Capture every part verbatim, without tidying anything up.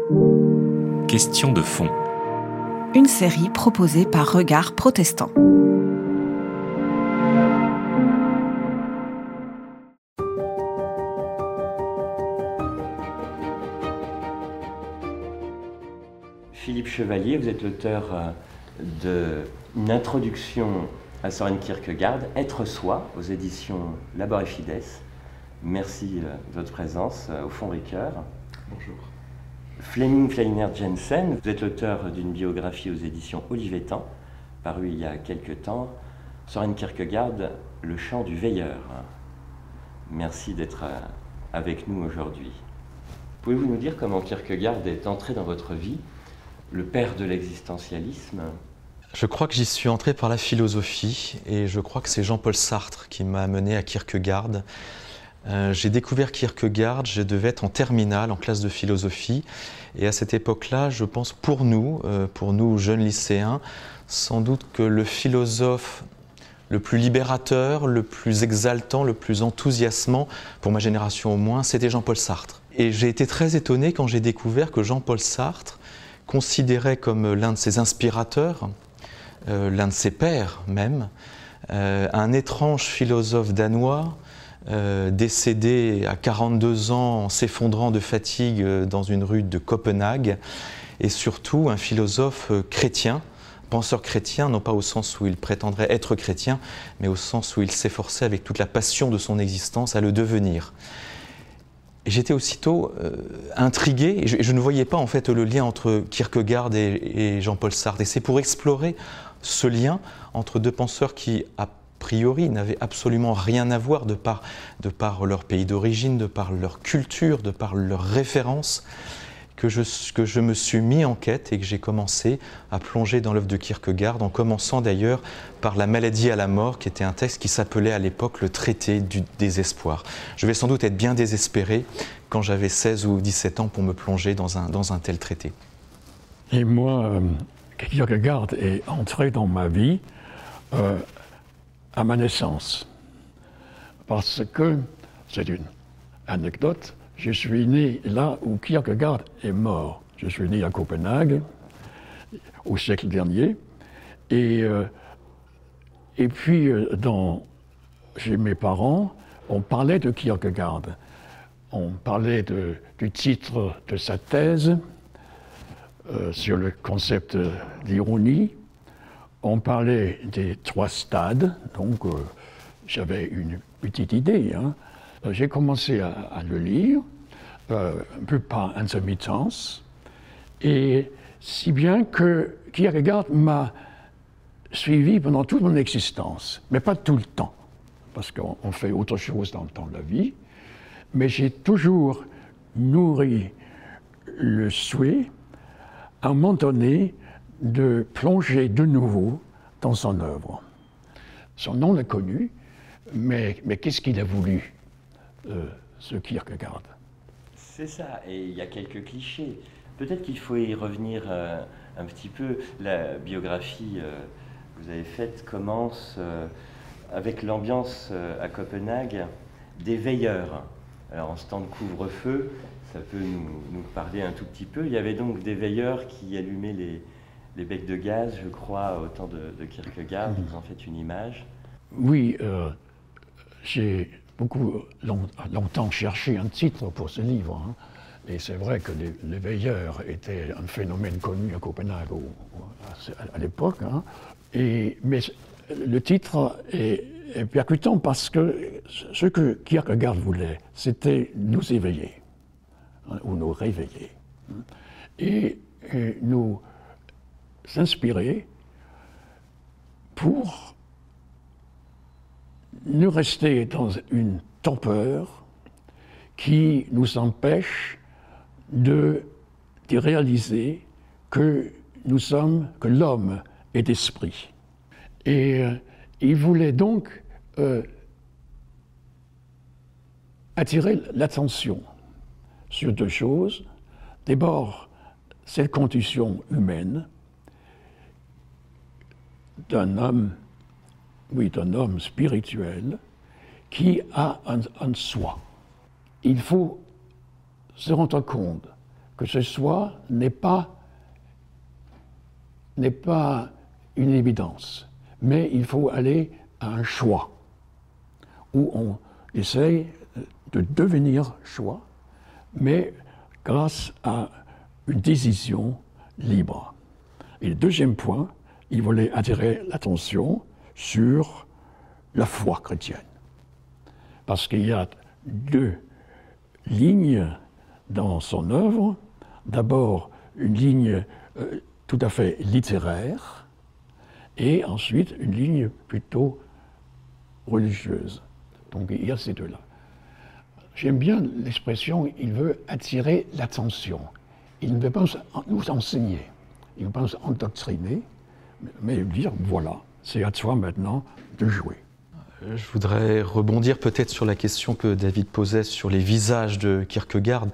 Question de fond. Une série proposée par Regard Protestant. Philippe Chevalier, vous êtes l'auteur d'une introduction à Søren Kierkegaard, Être soi, aux éditions Labor et Fides. Merci de votre présence au Fonds Ricoeur. Bonjour. Flemming Fleinert Jensen, vous êtes l'auteur d'une biographie aux éditions Olivetan, parue il y a quelque temps, Søren Kierkegaard, Le chant du veilleur. Merci d'être avec nous aujourd'hui. Pouvez-vous nous dire comment Kierkegaard est entré dans votre vie, le père de l'existentialisme? Je crois que j'y suis entré par la philosophie et je crois que c'est Jean-Paul Sartre qui m'a amené à Kierkegaard. Euh, j'ai découvert Kierkegaard, je devais être en terminale, en classe de philosophie. Et à cette époque-là, je pense pour nous, euh, pour nous jeunes lycéens, sans doute que le philosophe le plus libérateur, le plus exaltant, le plus enthousiasmant, pour ma génération au moins, c'était Jean-Paul Sartre. Et j'ai été très étonné quand j'ai découvert que Jean-Paul Sartre considérait comme l'un de ses inspirateurs, euh, l'un de ses pères même, euh, un étrange philosophe danois, Euh, décédé à quarante-deux ans en s'effondrant de fatigue euh, dans une rue de Copenhague, et surtout un philosophe euh, chrétien, penseur chrétien, non pas au sens où il prétendrait être chrétien, mais au sens où il s'efforçait avec toute la passion de son existence à le devenir. Et j'étais aussitôt euh, intrigué, et je, je ne voyais pas en fait le lien entre Kierkegaard et, et Jean-Paul Sartre, et c'est pour explorer ce lien entre deux penseurs qui, à a priori, n'avaient absolument rien à voir de par, de par leur pays d'origine, de par leur culture, de par leurs références, que je, que je me suis mis en quête et que j'ai commencé à plonger dans l'œuvre de Kierkegaard, en commençant d'ailleurs par La maladie à la mort, qui était un texte qui s'appelait à l'époque le traité du désespoir. Je vais sans doute être bien désespéré quand j'avais seize ou dix-sept ans pour me plonger dans un, dans un tel traité. Et moi, euh, Kierkegaard est entré dans ma vie euh, à ma naissance, parce que, c'est une anecdote, je suis né là où Kierkegaard est mort. Je suis né à Copenhague, au siècle dernier, et, euh, et puis dans, chez mes parents, on parlait de Kierkegaard. On parlait de, du titre de sa thèse euh, sur le concept d'ironie. On parlait des trois stades, donc euh, j'avais une petite idée. Hein. J'ai commencé à, à le lire, euh, un peu par intermittence, et si bien que Kierkegaard m'a suivi pendant toute mon existence, mais pas tout le temps, parce qu'on fait autre chose dans, dans la vie, mais j'ai toujours nourri le souhait, à un moment donné, de plonger de nouveau dans son œuvre. Son nom est connu, mais, mais qu'est-ce qu'il a voulu, euh, ce Kierkegaard? C'est ça, et il y a quelques clichés. Peut-être qu'il faut y revenir euh, un petit peu. La biographie euh, que vous avez faite commence euh, avec l'ambiance euh, à Copenhague des veilleurs. Alors en ce temps de couvre-feu, ça peut nous, nous parler un tout petit peu. Il y avait donc des veilleurs qui allumaient les Les becs de gaz, je crois, au temps de, de Kierkegaard, vous en faites une image. Oui, euh, j'ai beaucoup long, longtemps cherché un titre pour ce livre. Hein. Et c'est vrai que les, les veilleurs étaient un phénomène connu à Copenhague au, à, à l'époque. Hein. Et, mais le titre est, est percutant parce que ce que Kierkegaard voulait, c'était nous éveiller, hein, ou nous réveiller. Hein. Et, et nous s'inspirer pour ne rester dans une torpeur qui nous empêche de, de réaliser que nous sommes, que l'homme est d'esprit. Et euh, il voulait donc euh, attirer l'attention sur deux choses. D'abord, cette condition humaine d'un homme, oui, d'un homme spirituel qui a un, un soi. Il faut se rendre compte que ce soit n'est pas, n'est pas une évidence, mais il faut aller à un choix, où on essaye de devenir choix, mais grâce à une décision libre. Et le deuxième point, il voulait attirer l'attention sur la foi chrétienne. Parce qu'il y a deux lignes dans son œuvre. D'abord, une ligne euh, tout à fait littéraire, et ensuite une ligne plutôt religieuse. Donc il y a ces deux-là. J'aime bien l'expression « il veut attirer l'attention ». Il ne veut pas nous enseigner, il ne veut pas nous endoctriner, mais dire « voilà, c'est à toi maintenant de jouer ». Je voudrais rebondir peut-être sur la question que David posait sur les visages de Kierkegaard.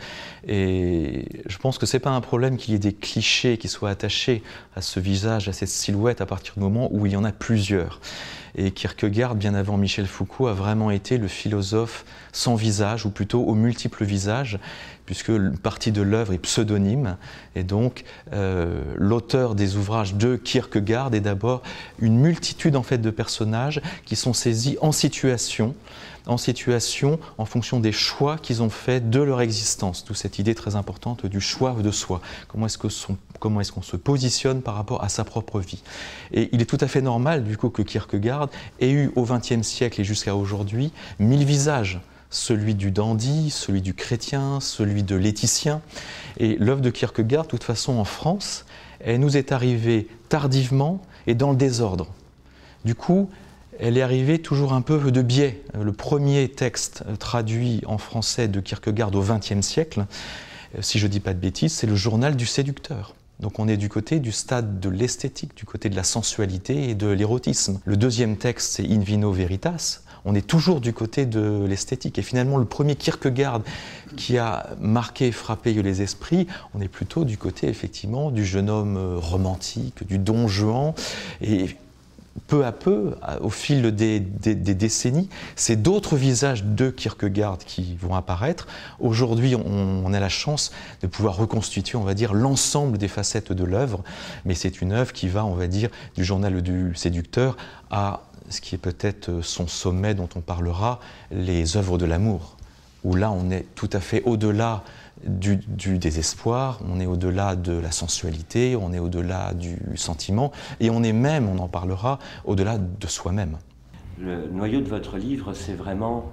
Et je pense que ce n'est pas un problème qu'il y ait des clichés qui soient attachés à ce visage, à cette silhouette, à partir du moment où il y en a plusieurs. Et Kierkegaard, bien avant Michel Foucault, a vraiment été le philosophe sans visage, ou plutôt aux multiples visages, puisque une partie de l'œuvre est pseudonyme. Et donc, euh, l'auteur des ouvrages de Kierkegaard est d'abord une multitude en fait, de personnages qui sont saisis en situation, en situation en fonction des choix qu'ils ont faits de leur existence. D'où cette idée très importante du choix de soi. Comment est-ce que son, comment est-ce qu'on se positionne par rapport à sa propre vie. Et il est tout à fait normal, du coup, que Kierkegaard ait eu au vingtième siècle et jusqu'à aujourd'hui mille visages. Celui du dandy, celui du chrétien, celui de l'éthicien. Et l'œuvre de Kierkegaard, de toute façon, en France, elle nous est arrivée tardivement et dans le désordre. Du coup, elle est arrivée toujours un peu de biais. Le premier texte traduit en français de Kierkegaard au vingtième siècle, si je ne dis pas de bêtises, c'est le Journal du séducteur. Donc on est du côté du stade de l'esthétique, du côté de la sensualité et de l'érotisme. Le deuxième texte, c'est In Vino Veritas. On est toujours du côté de l'esthétique. Et finalement, le premier Kierkegaard qui a marqué, frappé les esprits, on est plutôt du côté, effectivement, du jeune homme romantique, du Don Juan. Et peu à peu, au fil des, des, des décennies, c'est d'autres visages de Kierkegaard qui vont apparaître. Aujourd'hui, on, on a la chance de pouvoir reconstituer, on va dire, l'ensemble des facettes de l'œuvre. Mais c'est une œuvre qui va, on va dire, du Journal du séducteur à ce qui est peut-être son sommet dont on parlera, les œuvres de l'amour, où là on est tout à fait au-delà du, du désespoir, on est au-delà de la sensualité, on est au-delà du sentiment, et on est même, on en parlera, au-delà de soi-même. Le noyau de votre livre, c'est vraiment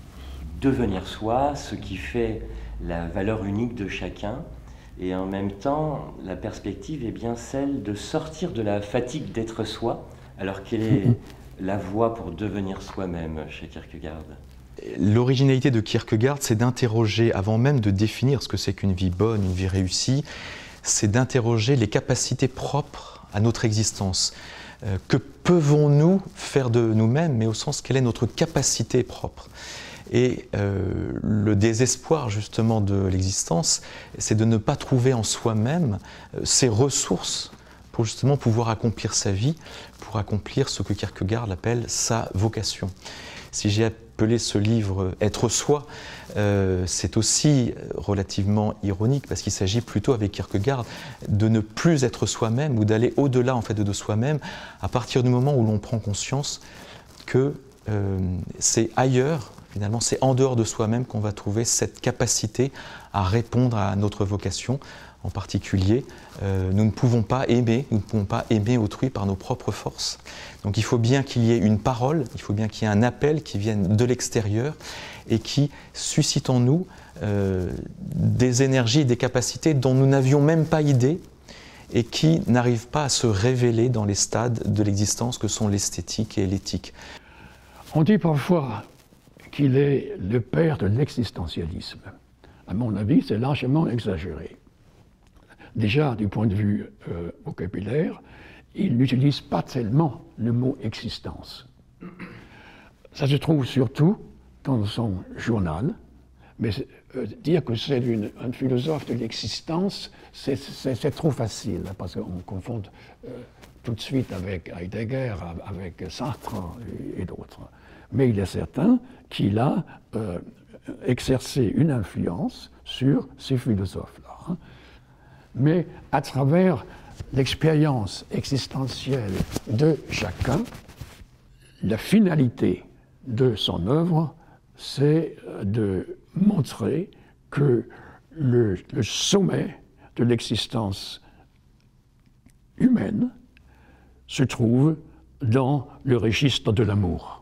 devenir soi, ce qui fait la valeur unique de chacun, et en même temps, la perspective est bien celle de sortir de la fatigue d'être soi. Alors quelle est la voie pour devenir soi-même chez Kierkegaard? L'originalité de Kierkegaard, c'est d'interroger, avant même de définir ce que c'est qu'une vie bonne, une vie réussie, c'est d'interroger les capacités propres à notre existence. Euh, que pouvons-nous faire de nous-mêmes, mais au sens quelle est notre capacité propre? Et euh, le désespoir justement de l'existence, c'est de ne pas trouver en soi-même euh, ces ressources pour justement pouvoir accomplir sa vie, pour accomplir ce que Kierkegaard appelle sa vocation. Si j'ai appelé ce livre « Être soi euh, », c'est aussi relativement ironique parce qu'il s'agit plutôt avec Kierkegaard de ne plus être soi-même ou d'aller au-delà en fait, de soi-même à partir du moment où l'on prend conscience que euh, c'est ailleurs, finalement c'est en dehors de soi-même qu'on va trouver cette capacité à répondre à notre vocation. En particulier, euh, nous ne pouvons pas aimer, nous ne pouvons pas aimer autrui par nos propres forces. Donc il faut bien qu'il y ait une parole, il faut bien qu'il y ait un appel qui vienne de l'extérieur et qui suscite en nous euh, des énergies, des capacités dont nous n'avions même pas idée et qui n'arrivent pas à se révéler dans les stades de l'existence que sont l'esthétique et l'éthique. On dit parfois qu'il est le père de l'existentialisme. À mon avis, c'est largement exagéré. Déjà, du point de vue euh, vocabulaire, il n'utilise pas tellement le mot « existence ». Ça se trouve surtout dans son journal, mais euh, dire que c'est un philosophe de l'existence, c'est trop facile, parce qu'on confond euh, tout de suite avec Heidegger, avec Sartre et, et d'autres. Mais il est certain qu'il a euh, exercé une influence sur ces philosophes-là. Hein. mais à travers l'expérience existentielle de chacun, la finalité de son œuvre, c'est de montrer que le, le sommet de l'existence humaine se trouve dans le registre de l'amour.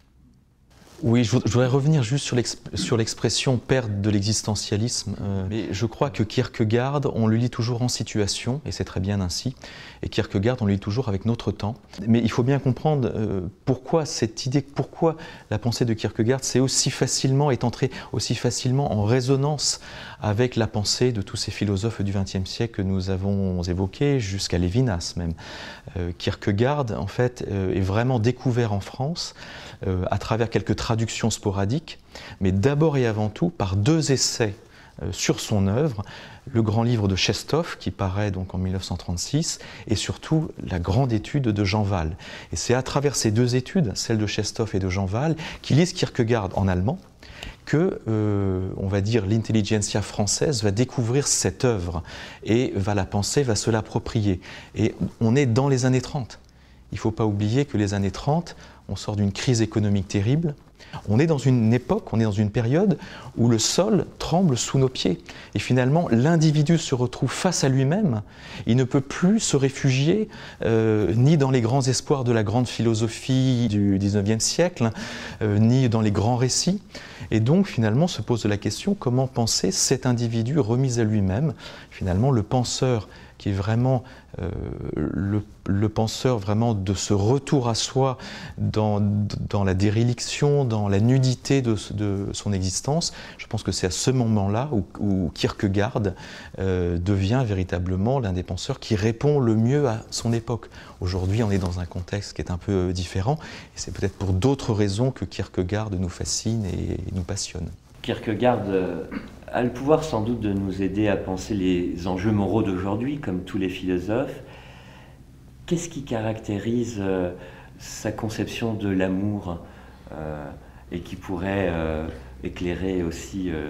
Oui, je voudrais revenir juste sur l'expression « perte de l'existentialisme euh, ». Mais je crois que Kierkegaard, on le lit toujours en situation, et c'est très bien ainsi. Et Kierkegaard, on le lit toujours avec notre temps. Mais il faut bien comprendre euh, pourquoi cette idée, pourquoi la pensée de Kierkegaard c'est aussi facilement, est entrée aussi facilement en résonance avec la pensée de tous ces philosophes du vingtième siècle que nous avons évoqués, jusqu'à Lévinas même. Euh, Kierkegaard, en fait, euh, est vraiment découvert en France euh, à travers quelques traductions sporadiques, mais d'abord et avant tout par deux essais euh, sur son œuvre, le grand livre de Chestov qui paraît donc en mille neuf cent trente-six et surtout la grande étude de Jean Wahl. Et c'est à travers ces deux études, celle de Chestov et de Jean Wahl, qui lisent Kierkegaard en allemand, que, euh, on va dire, l'intelligentsia française va découvrir cette œuvre et va la penser, va se l'approprier. Et on est dans les années trente. Il ne faut pas oublier que les années trente, on sort d'une crise économique terrible. On est dans une époque, on est dans une période où le sol tremble sous nos pieds. Et finalement, l'individu se retrouve face à lui-même. Il ne peut plus se réfugier euh, ni dans les grands espoirs de la grande philosophie du dix-neuvième siècle, euh, ni dans les grands récits. Et donc, finalement, se pose la question, comment penser cet individu remis à lui-même? Finalement, le penseur qui est vraiment euh, le, le penseur vraiment de ce retour à soi dans, dans la déréliction, dans la nudité de, de son existence. Je pense que c'est à ce moment-là où, où Kierkegaard euh, devient véritablement l'un des penseurs qui répond le mieux à son époque. Aujourd'hui, on est dans un contexte qui est un peu différent, et c'est peut-être pour d'autres raisons que Kierkegaard nous fascine et nous passionne. Kierkegaard euh, a le pouvoir sans doute de nous aider à penser les enjeux moraux d'aujourd'hui, comme tous les philosophes. Qu'est-ce qui caractérise euh, sa conception de l'amour euh, et qui pourrait euh, éclairer aussi euh,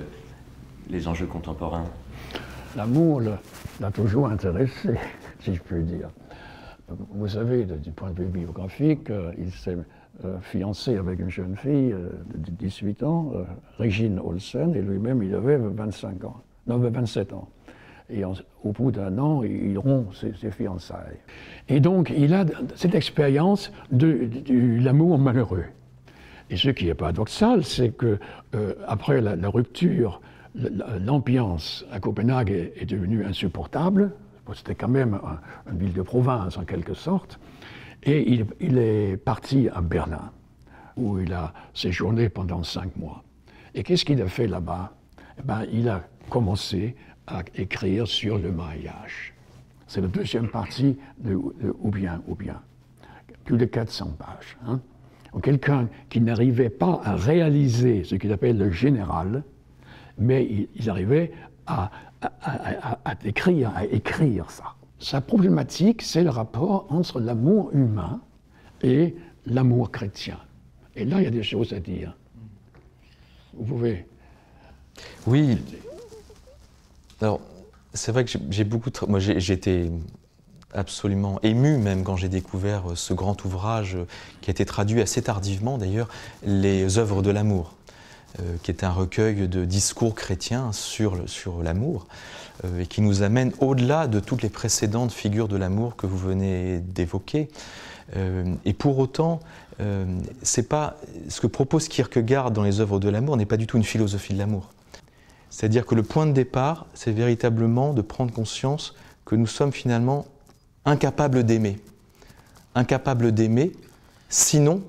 les enjeux contemporains? L'amour l'a toujours intéressé, si je puis dire. Vous savez, du point de vue biographique, il s'est Euh, fiancé avec une jeune fille euh, de dix-huit ans, euh, Régine Olsen, et lui-même il avait vingt-cinq ans, non, vingt-sept ans. Et en, au bout d'un an, il rompt ses, ses fiançailles. Et donc il a cette expérience de, de, de l'amour malheureux. Et ce qui est paradoxal, c'est que euh, après la, la rupture, l'ambiance à Copenhague est, est devenue insupportable. C'était quand même un, une ville de province en quelque sorte. Et il, il est parti à Berlin, où il a séjourné pendant cinq mois. Et qu'est-ce qu'il a fait là-bas? Eh ben, il a commencé à écrire sur le mariage. C'est la deuxième partie de, de Ou bien, ou bien. Plus de quatre cents pages. Hein? Quelqu'un qui n'arrivait pas à réaliser ce qu'il appelle le général, mais il, il arrivait à, à, à, à, à écrire, à écrire ça. Sa problématique, c'est le rapport entre l'amour humain et l'amour chrétien. Et là, il y a des choses à dire. Vous pouvez... Oui. Alors, c'est vrai que j'ai beaucoup... Tra... Moi, j'ai été absolument ému, même quand j'ai découvert ce grand ouvrage qui a été traduit assez tardivement, d'ailleurs, Les œuvres de l'amour, euh, qui est un recueil de discours chrétiens sur, sur l'amour. Euh, et qui nous amène au-delà de toutes les précédentes figures de l'amour que vous venez d'évoquer. Euh, et pour autant, euh, c'est pas, ce que propose Kierkegaard dans les œuvres de l'amour n'est pas du tout une philosophie de l'amour. C'est-à-dire que le point de départ, c'est véritablement de prendre conscience que nous sommes finalement incapables d'aimer. Incapables d'aimer, sinon,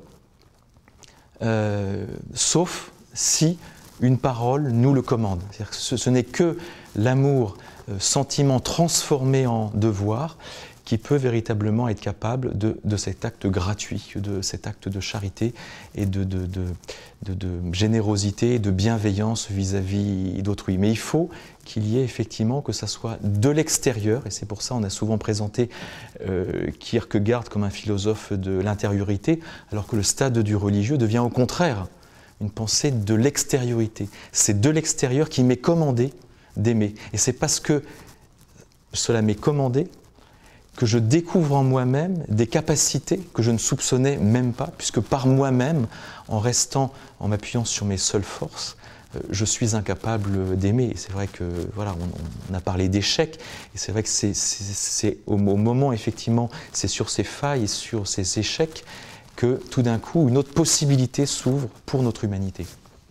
euh, sauf si une parole nous le commande. C'est-à-dire que ce, ce n'est que l'amour, euh, sentiment transformé en devoir, qui peut véritablement être capable de, de cet acte gratuit, de cet acte de charité et de, de, de, de, de générosité, de bienveillance vis-à-vis d'autrui. Mais il faut qu'il y ait effectivement que ça soit de l'extérieur, et c'est pour ça qu'on a souvent présenté euh, Kierkegaard comme un philosophe de l'intériorité, alors que le stade du religieux devient au contraire une pensée de l'extériorité. C'est de l'extérieur qui m'est commandé d'aimer. Et c'est parce que cela m'est commandé, que je découvre en moi-même des capacités que je ne soupçonnais même pas, puisque par moi-même, en restant, en m'appuyant sur mes seules forces, je suis incapable d'aimer. C'est vrai que voilà, on, on a parlé d'échecs, et c'est vrai que c'est, c'est, c'est au, au moment effectivement, c'est sur ces failles et sur ces échecs que tout d'un coup une autre possibilité s'ouvre pour notre humanité.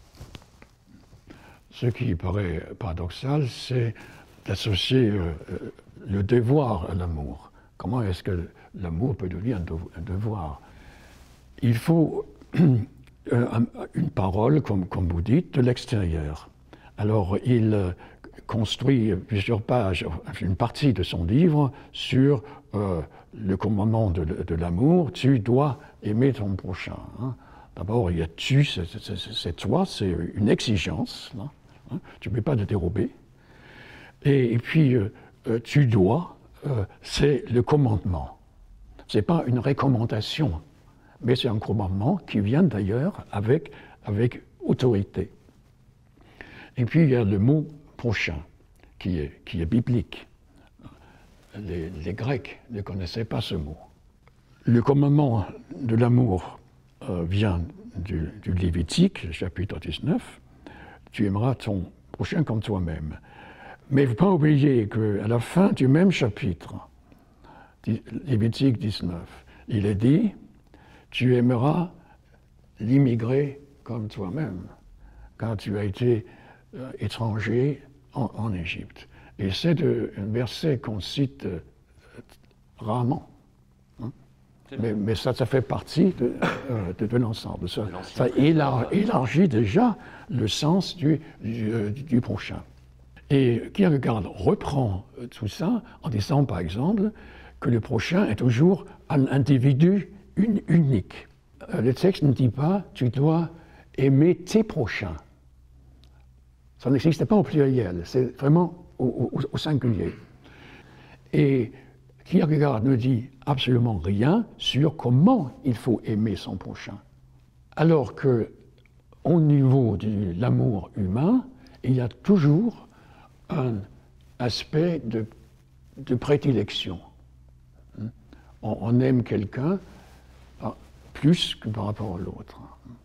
Ce qui paraît paradoxal, c'est d'associer euh, le devoir à l'amour. Comment est-ce que l'amour peut devenir un devoir? Il faut une parole, comme, comme vous dites, de l'extérieur. Alors, il construit plusieurs pages, une partie de son livre sur euh, le commandement de, de l'amour. Tu dois aimer ton prochain. Hein. D'abord, il y a tu, c'est, c'est, c'est toi, c'est une exigence. Hein. Tu ne peux pas te dérober. Et, et puis, euh, tu dois. Euh, c'est le commandement. Ce n'est pas une recommandation, mais c'est un commandement qui vient d'ailleurs avec, avec autorité. Et puis il y a le mot prochain, qui est, qui est biblique. Les, les Grecs ne connaissaient pas ce mot. Le commandement de l'amour euh, vient du, du Lévitique, chapitre dix-neuf. Tu aimeras ton prochain comme toi-même. Mais il ne faut pas oublier qu'à la fin du même chapitre, Lévitique dix-neuf, il est dit « Tu aimeras l'immigré comme toi-même, car tu as été euh, étranger en, en Égypte. » Et c'est un verset qu'on cite euh, rarement. Hein? Mais, mais ça, ça fait partie de, euh, de, de l'ensemble. Ça, ça élar, élargit déjà le sens du, du, du prochain. Et Kierkegaard reprend tout ça en disant, par exemple, que le prochain est toujours un individu unique. Le texte ne dit pas « tu dois aimer tes prochains ». Ça n'existe pas au pluriel, c'est vraiment au, au, au singulier. Et Kierkegaard ne dit absolument rien sur comment il faut aimer son prochain. Alors qu'au niveau de l'amour humain, il y a toujours un aspect de, de prédilection. On, on aime quelqu'un plus que par rapport à l'autre.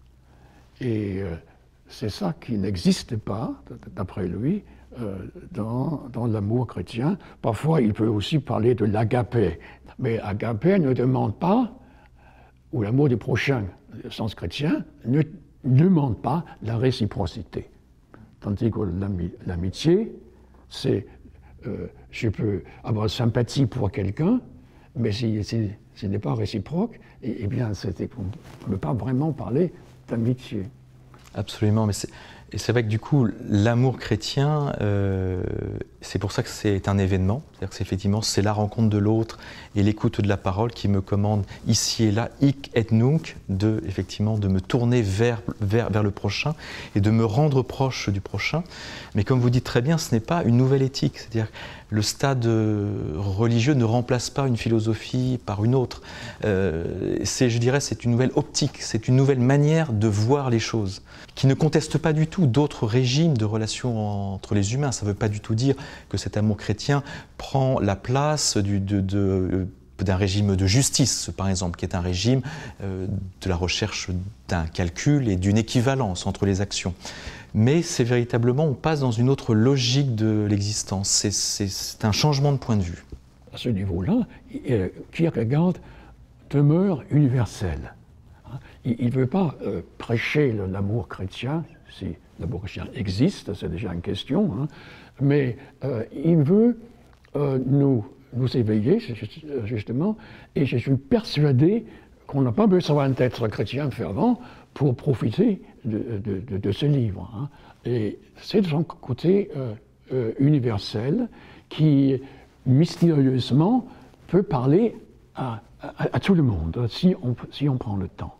Et euh, c'est ça qui n'existe pas, d'après lui, euh, dans, dans l'amour chrétien. Parfois, il peut aussi parler de l'agapé. Mais agapé ne demande pas, ou l'amour du prochain, au sens chrétien, ne demande pas la réciprocité. Tandis que l'amitié, c'est, euh, je peux avoir sympathie pour quelqu'un, mais si, si ce n'est pas réciproque, eh, eh bien, on ne peut pas vraiment parler d'amitié. Absolument, mais c'est, et c'est vrai que du coup, l'amour chrétien, euh, c'est pour ça que c'est un événement. C'est-à-dire que c'est effectivement, c'est la rencontre de l'autre et l'écoute de la parole qui me commande ici et là, hic et nunc, de, effectivement, de me tourner vers, vers, vers le prochain et de me rendre proche du prochain. Mais comme vous dites très bien, ce n'est pas une nouvelle éthique. C'est-à-dire le stade religieux ne remplace pas une philosophie par une autre. Euh, c'est, je dirais, c'est une nouvelle optique, c'est une nouvelle manière de voir les choses, qui ne conteste pas du tout d'autres régimes de relations entre les humains. Ça ne veut pas du tout dire que cet amour chrétien prend la place du, de, de, d'un régime de justice, par exemple, qui est un régime euh, de la recherche d'un calcul et d'une équivalence entre les actions. Mais c'est véritablement, on passe dans une autre logique de l'existence. C'est, c'est, c'est un changement de point de vue. À ce niveau-là, Kierkegaard demeure universel. Il ne veut pas euh, prêcher l'amour chrétien, si l'amour chrétien existe, c'est déjà une question, hein, mais euh, il veut euh, nous, nous éveiller, justement, et je suis persuadé qu'on n'a pas besoin d'être chrétien fervent pour profiter de, de, de, de ce livre. Hein. Et c'est de son côté euh, euh, universel qui, mystérieusement, peut parler à, à, à tout le monde, si on, si on prend le temps.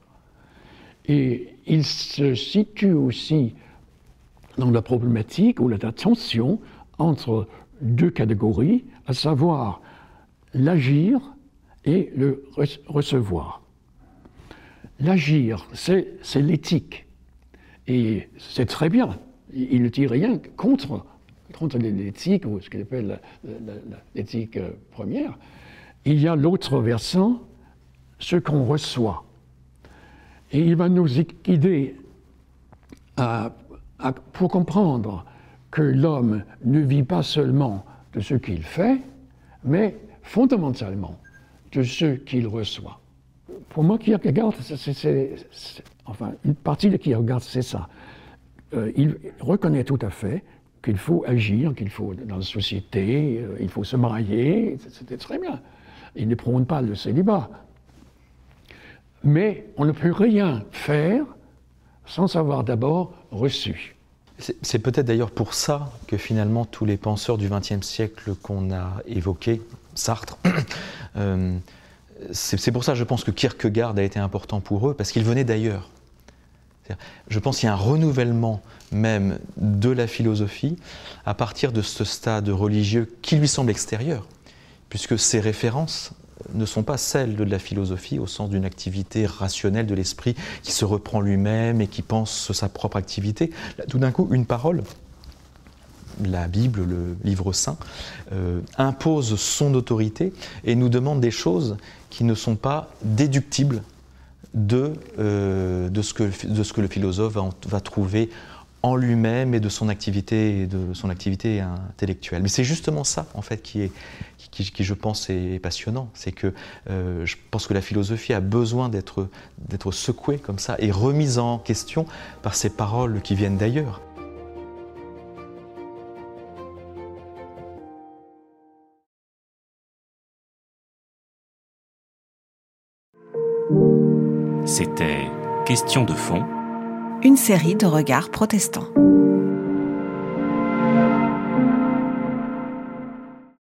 Et il se situe aussi dans la problématique ou la tension entre deux catégories, à savoir l'agir et le recevoir. L'agir, c'est, c'est l'éthique. Et c'est très bien. Il ne dit rien contre contre l'éthique, ou ce qu'il appelle l'éthique première, il y a l'autre versant, ce qu'on reçoit. Et il va nous guider à, à, pour comprendre que l'homme ne vit pas seulement de ce qu'il fait, mais fondamentalement de ce qu'il reçoit. Pour moi, Kierkegaard, c'est, c'est, c'est, c'est, enfin, une partie de Kierkegaard, c'est ça. Euh, il reconnaît tout à fait qu'il faut agir, qu'il faut, dans la société, euh, il faut se marier, c'était très bien. Il ne prône pas le célibat. Mais on ne peut rien faire sans avoir d'abord reçu. C'est, c'est peut-être d'ailleurs pour ça que finalement tous les penseurs du vingtième siècle qu'on a évoqués, Sartre, euh, c'est, c'est pour ça je pense que Kierkegaard a été important pour eux, parce qu'il venait d'ailleurs. C'est-à-dire, je pense qu'il y a un renouvellement même de la philosophie à partir de ce stade religieux qui lui semble extérieur, puisque ses références ne sont pas celles de la philosophie au sens d'une activité rationnelle de l'esprit qui se reprend lui-même et qui pense sa propre activité. Là, tout d'un coup, une parole, la Bible, le livre saint, euh, impose son autorité et nous demande des choses qui ne sont pas déductibles de, euh, de, ce, que, de ce que le philosophe va, va trouver en lui-même et de son activité, de son activité intellectuelle. Mais c'est justement ça, en fait, qui, est, qui, qui je pense, est passionnant. C'est que euh, je pense que la philosophie a besoin d'être, d'être secouée comme ça et remise en question par ces paroles qui viennent d'ailleurs. C'était Question de fond. Une série de regards protestants.